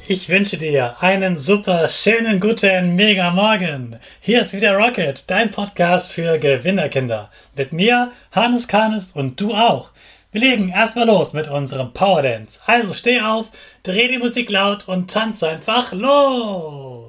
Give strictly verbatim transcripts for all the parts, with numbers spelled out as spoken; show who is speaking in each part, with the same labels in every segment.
Speaker 1: Ich wünsche dir einen super schönen, guten, mega Morgen. Hier ist wieder Rocket, dein Podcast für Gewinnerkinder. Mit mir, Hannes Kahnes und du auch. Wir legen erstmal los mit unserem Power Dance. Also steh auf, dreh die Musik laut und tanz einfach los.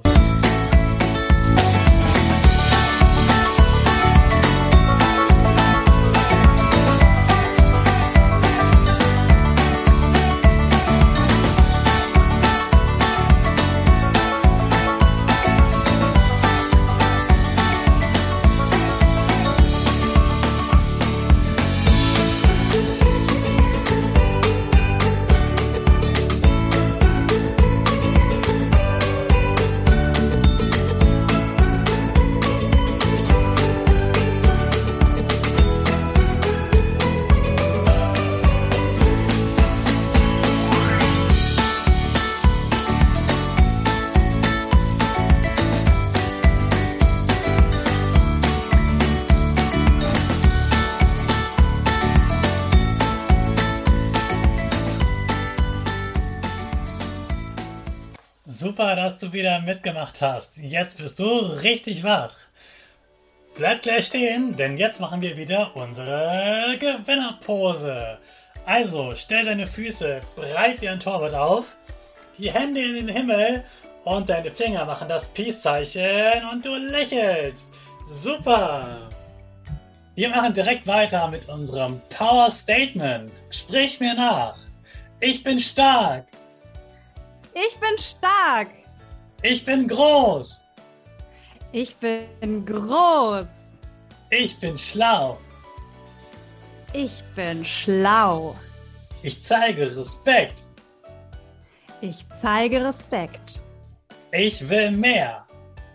Speaker 1: Super, dass du wieder mitgemacht hast. Jetzt bist du richtig wach. Bleib gleich stehen, denn jetzt machen wir wieder unsere Gewinnerpose. Also, stell deine Füße breit wie ein Torwart auf, die Hände in den Himmel und deine Finger machen das Peace-Zeichen und du lächelst. Super! Wir machen direkt weiter mit unserem Power Statement. Sprich mir nach. Ich bin stark.
Speaker 2: Ich bin stark.
Speaker 1: Ich bin groß.
Speaker 2: Ich bin groß.
Speaker 1: Ich bin schlau.
Speaker 2: Ich bin schlau.
Speaker 1: Ich zeige Respekt.
Speaker 2: Ich zeige Respekt.
Speaker 1: Ich will mehr.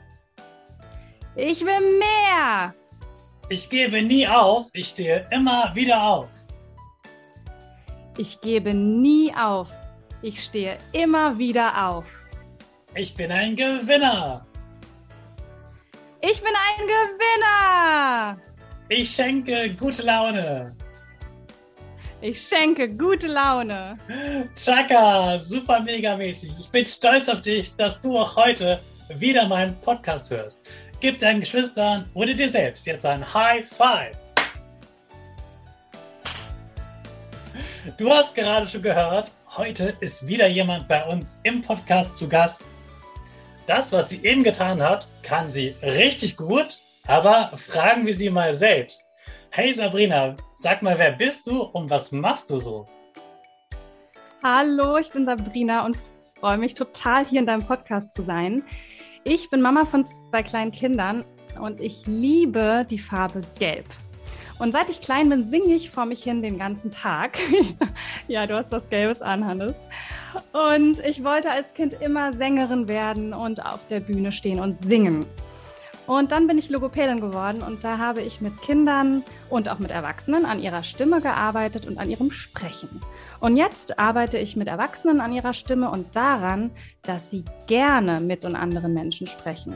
Speaker 2: Ich will mehr.
Speaker 1: Ich gebe nie auf. Ich stehe immer wieder auf.
Speaker 2: Ich gebe nie auf. Ich stehe immer wieder auf.
Speaker 1: Ich bin ein Gewinner.
Speaker 2: Ich bin ein Gewinner.
Speaker 1: Ich schenke gute Laune.
Speaker 2: Ich schenke gute Laune.
Speaker 1: Chaka, super mega mäßig. Ich bin stolz auf dich, dass du auch heute wieder meinen Podcast hörst. Gib deinen Geschwistern oder dir selbst jetzt ein High Five. Du hast gerade schon gehört, heute ist wieder jemand bei uns im Podcast zu Gast. Das, was sie eben getan hat, kann sie richtig gut, aber fragen wir sie mal selbst. Hey Sabrina, sag mal, wer bist du und was machst du so?
Speaker 2: Hallo, ich bin Sabrina und freue mich total, hier in deinem Podcast zu sein. Ich bin Mama von zwei kleinen Kindern und ich liebe die Farbe Gelb. Und seit ich klein bin, singe ich vor mich hin den ganzen Tag. Ja, du hast was Gelbes an, Hannes. Und ich wollte als Kind immer Sängerin werden und auf der Bühne stehen und singen. Und dann bin ich Logopädin geworden und da habe ich mit Kindern und auch mit Erwachsenen an ihrer Stimme gearbeitet und an ihrem Sprechen. Und jetzt arbeite ich mit Erwachsenen an ihrer Stimme und daran, dass sie gerne mit und anderen Menschen sprechen.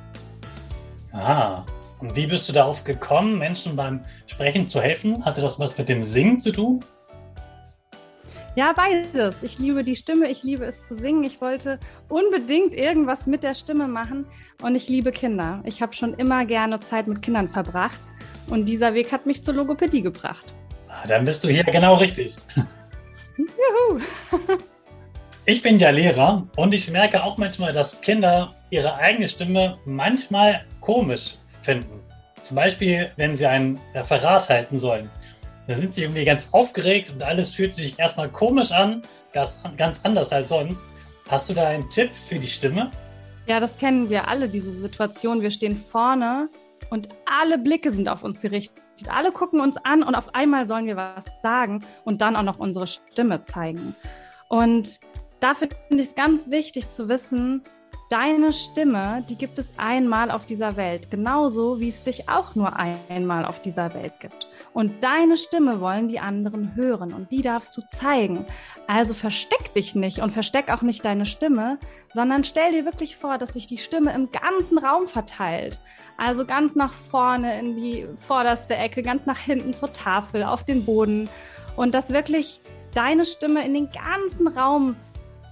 Speaker 1: Ah. Und wie bist du darauf gekommen, Menschen beim Sprechen zu helfen? Hatte das was mit dem Singen zu tun?
Speaker 2: Ja, beides. Ich liebe die Stimme, ich liebe es zu singen. Ich wollte unbedingt irgendwas mit der Stimme machen und ich liebe Kinder. Ich habe schon immer gerne Zeit mit Kindern verbracht und dieser Weg hat mich zur Logopädie gebracht.
Speaker 1: Ah, dann bist du hier genau richtig.
Speaker 2: Juhu!
Speaker 1: Ich bin ja Lehrer und ich merke auch manchmal, dass Kinder ihre eigene Stimme manchmal komisch finden. Zum Beispiel, wenn sie ein Referat halten sollen. Da sind sie irgendwie ganz aufgeregt und alles fühlt sich erstmal komisch an, ganz, ganz anders als sonst. Hast du da einen Tipp für die Stimme?
Speaker 2: Ja, das kennen wir alle, diese Situation. Wir stehen vorne und alle Blicke sind auf uns gerichtet. Alle gucken uns an und auf einmal sollen wir was sagen und dann auch noch unsere Stimme zeigen. Und dafür finde ich es ganz wichtig zu wissen, deine Stimme, die gibt es einmal auf dieser Welt, genauso wie es dich auch nur einmal auf dieser Welt gibt. Und deine Stimme wollen die anderen hören und die darfst du zeigen. Also versteck dich nicht und versteck auch nicht deine Stimme, sondern stell dir wirklich vor, dass sich die Stimme im ganzen Raum verteilt. Also ganz nach vorne in die vorderste Ecke, ganz nach hinten zur Tafel, auf den Boden und dass wirklich deine Stimme in den ganzen Raum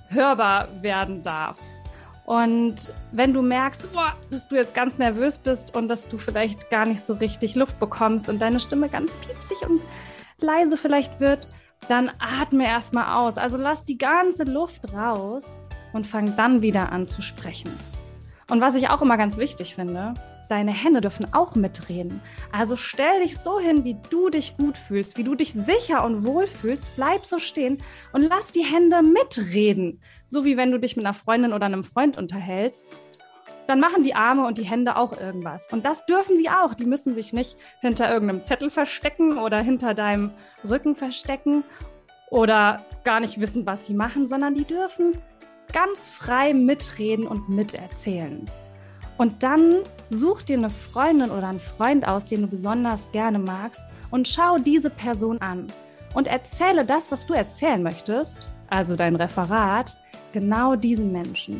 Speaker 2: hörbar werden darf. Und wenn du merkst, boah, dass du jetzt ganz nervös bist und dass du vielleicht gar nicht so richtig Luft bekommst und deine Stimme ganz piepsig und leise vielleicht wird, dann atme erstmal aus. Also lass die ganze Luft raus und fang dann wieder an zu sprechen. Und was ich auch immer ganz wichtig finde, deine Hände dürfen auch mitreden. Also stell dich so hin, wie du dich gut fühlst, wie du dich sicher und wohl fühlst. Bleib so stehen und lass die Hände mitreden. So wie wenn du dich mit einer Freundin oder einem Freund unterhältst. Dann machen die Arme und die Hände auch irgendwas. Und das dürfen sie auch. Die müssen sich nicht hinter irgendeinem Zettel verstecken oder hinter deinem Rücken verstecken oder gar nicht wissen, was sie machen, sondern die dürfen ganz frei mitreden und miterzählen. Und dann such dir eine Freundin oder einen Freund aus, den du besonders gerne magst und schau diese Person an und erzähle das, was du erzählen möchtest, also dein Referat, genau diesen Menschen.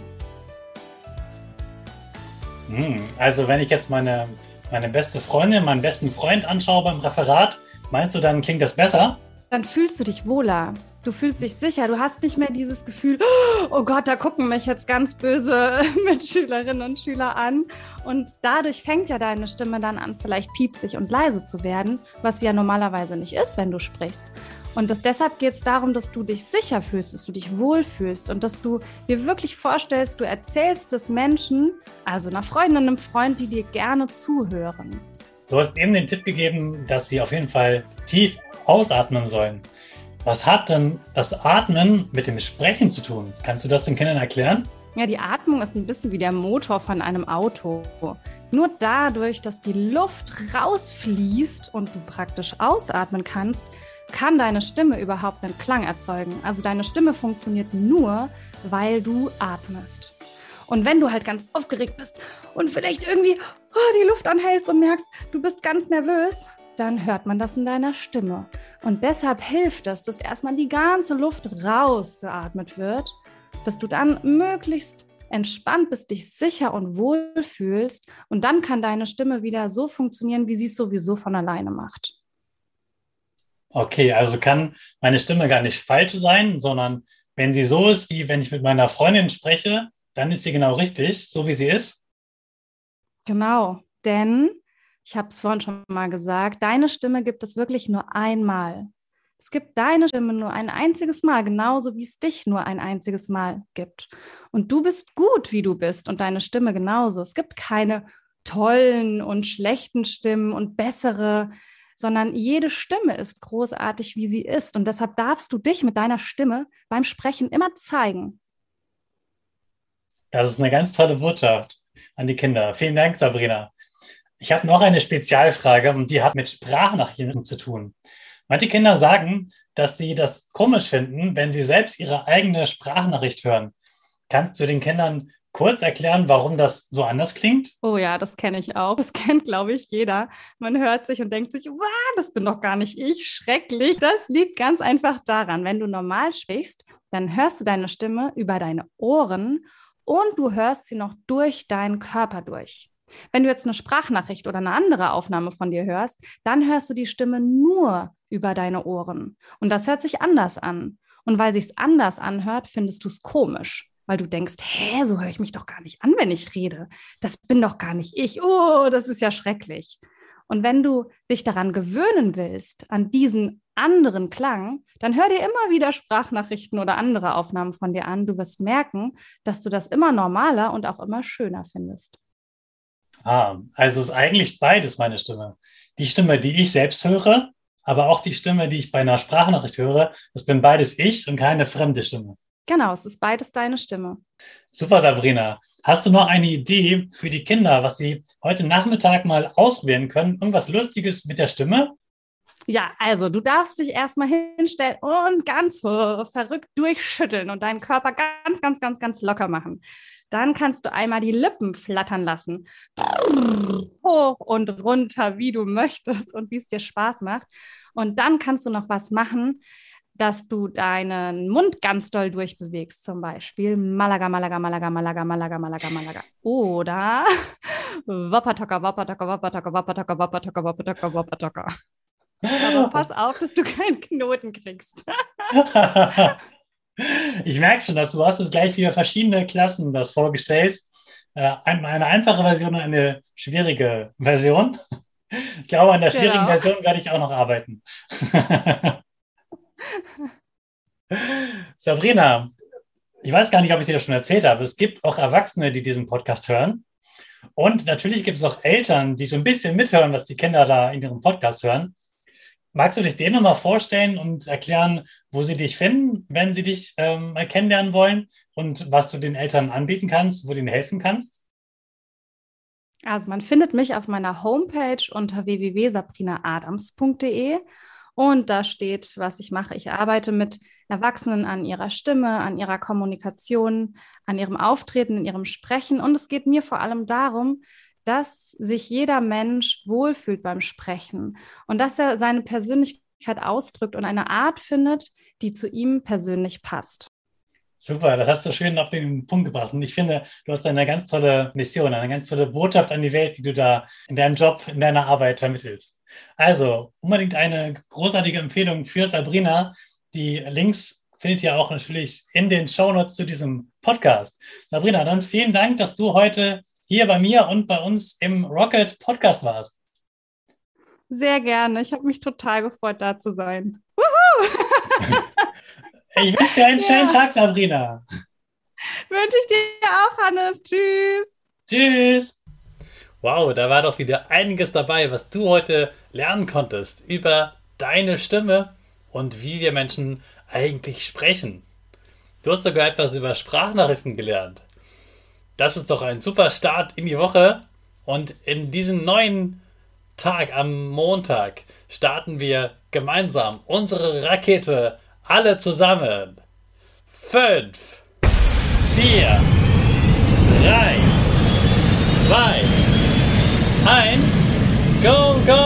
Speaker 1: Also wenn ich jetzt meine, meine beste Freundin, meinen besten Freund anschaue beim Referat, meinst du, dann klingt das besser?
Speaker 2: Dann fühlst du dich wohler. Du fühlst dich sicher. Du hast nicht mehr dieses Gefühl, oh Gott, da gucken mich jetzt ganz böse Mitschülerinnen und Schüler an. Und dadurch fängt ja deine Stimme dann an, vielleicht piepsig und leise zu werden, was sie ja normalerweise nicht ist, wenn du sprichst. Und das, deshalb geht es darum, dass du dich sicher fühlst, dass du dich wohlfühlst und dass du dir wirklich vorstellst, du erzählst es Menschen, also einer Freundin, einem Freund, die dir gerne zuhören.
Speaker 1: Du hast eben den Tipp gegeben, dass sie auf jeden Fall tief ausatmen sollen. Was hat denn das Atmen mit dem Sprechen zu tun? Kannst du das den Kindern erklären?
Speaker 2: Ja, die Atmung ist ein bisschen wie der Motor von einem Auto. Nur dadurch, dass die Luft rausfließt und du praktisch ausatmen kannst, kann deine Stimme überhaupt einen Klang erzeugen. Also deine Stimme funktioniert nur, weil du atmest. Und wenn du halt ganz aufgeregt bist und vielleicht irgendwie oh, die Luft anhältst und merkst, du bist ganz nervös, dann hört man das in deiner Stimme. Und deshalb hilft es, dass erstmal die ganze Luft rausgeatmet wird, dass du dann möglichst entspannt bist, dich sicher und wohl fühlst und dann kann deine Stimme wieder so funktionieren, wie sie es sowieso von alleine macht.
Speaker 1: Okay, also kann meine Stimme gar nicht falsch sein, sondern wenn sie so ist, wie wenn ich mit meiner Freundin spreche, dann ist sie genau richtig, so wie sie ist?
Speaker 2: Genau, denn ich habe es vorhin schon mal gesagt, deine Stimme gibt es wirklich nur einmal. Es gibt deine Stimme nur ein einziges Mal, genauso wie es dich nur ein einziges Mal gibt. Und du bist gut, wie du bist und deine Stimme genauso. Es gibt keine tollen und schlechten Stimmen und bessere, sondern jede Stimme ist großartig, wie sie ist. Und deshalb darfst du dich mit deiner Stimme beim Sprechen immer zeigen.
Speaker 1: Das ist eine ganz tolle Botschaft an die Kinder. Vielen Dank, Sabrina. Ich habe noch eine Spezialfrage und die hat mit Sprachnachrichten zu tun. Manche Kinder sagen, dass sie das komisch finden, wenn sie selbst ihre eigene Sprachnachricht hören. Kannst du den Kindern kurz erklären, warum das so anders klingt?
Speaker 2: Oh ja, das kenne ich auch. Das kennt, glaube ich, jeder. Man hört sich und denkt sich, wow, das bin doch gar nicht ich, schrecklich. Das liegt ganz einfach daran, wenn du normal sprichst, dann hörst du deine Stimme über deine Ohren und du hörst sie noch durch deinen Körper durch. Wenn du jetzt eine Sprachnachricht oder eine andere Aufnahme von dir hörst, dann hörst du die Stimme nur über deine Ohren. Und das hört sich anders an. Und weil sich's anders anhört, findest du es komisch. Weil du denkst, hä, so höre ich mich doch gar nicht an, wenn ich rede. Das bin doch gar nicht ich. Oh, das ist ja schrecklich. Und wenn du dich daran gewöhnen willst, an diesen anderen Klang, dann hör dir immer wieder Sprachnachrichten oder andere Aufnahmen von dir an. Du wirst merken, dass du das immer normaler und auch immer schöner findest.
Speaker 1: Ah, also ist eigentlich beides meine Stimme. Die Stimme, die ich selbst höre, aber auch die Stimme, die ich bei einer Sprachnachricht höre, das bin beides ich und keine fremde Stimme.
Speaker 2: Genau, es ist beides deine Stimme.
Speaker 1: Super, Sabrina. Hast du noch eine Idee für die Kinder, was sie heute Nachmittag mal ausprobieren können? Irgendwas Lustiges mit der Stimme?
Speaker 2: Ja, also du darfst dich erstmal hinstellen und ganz verrückt durchschütteln und deinen Körper ganz, ganz, ganz, ganz locker machen. Dann kannst du einmal die Lippen flattern lassen. Hoch und runter, wie du möchtest und wie es dir Spaß macht. Und dann kannst du noch was machen, dass du deinen Mund ganz doll durchbewegst. Zum Beispiel Malaga, Malaga, Malaga, Malaga, Malaga, Malaga, Malaga. Oder Woppertocker, Woppertocker, Woppertocker, Woppertocker, Woppertocker, Woppertocker, Woppertocker. Aber pass auf, dass du keinen Knoten kriegst.
Speaker 1: Ich merke schon, dass du hast es gleich für verschiedene Klassen das vorgestellt. Äh, eine einfache Version und eine schwierige Version. Ich glaube, an der schwierigen
Speaker 2: Genau.
Speaker 1: Version werde ich auch noch arbeiten. Sabrina, ich weiß gar nicht, ob ich dir das schon erzählt habe. Es gibt auch Erwachsene, die diesen Podcast hören. Und natürlich gibt es auch Eltern, die so ein bisschen mithören, was die Kinder da in ihrem Podcast hören. Magst du dich denen nochmal vorstellen und erklären, wo sie dich finden, wenn sie dich ähm, mal kennenlernen wollen und was du den Eltern anbieten kannst, wo du ihnen helfen kannst?
Speaker 2: Also man findet mich auf meiner Homepage unter w w w punkt sabrina adams punkt d e und da steht, was ich mache. Ich arbeite mit Erwachsenen an ihrer Stimme, an ihrer Kommunikation, an ihrem Auftreten, in ihrem Sprechen und es geht mir vor allem darum, dass sich jeder Mensch wohlfühlt beim Sprechen und dass er seine Persönlichkeit ausdrückt und eine Art findet, die zu ihm persönlich passt.
Speaker 1: Super, das hast du schön auf den Punkt gebracht. Und ich finde, du hast eine ganz tolle Mission, eine ganz tolle Botschaft an die Welt, die du da in deinem Job, in deiner Arbeit vermittelst. Also unbedingt eine großartige Empfehlung für Sabrina. Die Links findet ihr auch natürlich in den Shownotes zu diesem Podcast. Sabrina, dann vielen Dank, dass du heute hier bei mir und bei uns im Rocket Podcast warst.
Speaker 2: Sehr gerne. Ich habe mich total gefreut, da zu sein. Wuhu!
Speaker 1: Ich wünsche dir einen
Speaker 2: Ja.
Speaker 1: schönen Tag, Sabrina.
Speaker 2: Wünsche ich dir auch, Hannes. Tschüss.
Speaker 1: Tschüss. Wow, da war doch wieder einiges dabei, was du heute lernen konntest über deine Stimme und wie wir Menschen eigentlich sprechen. Du hast sogar etwas über Sprachnachrichten gelernt. Das ist doch ein super Start in die Woche. Und in diesem neuen Tag am Montag starten wir gemeinsam unsere Rakete alle zusammen. Fünf, vier, drei, zwei, eins, go, go!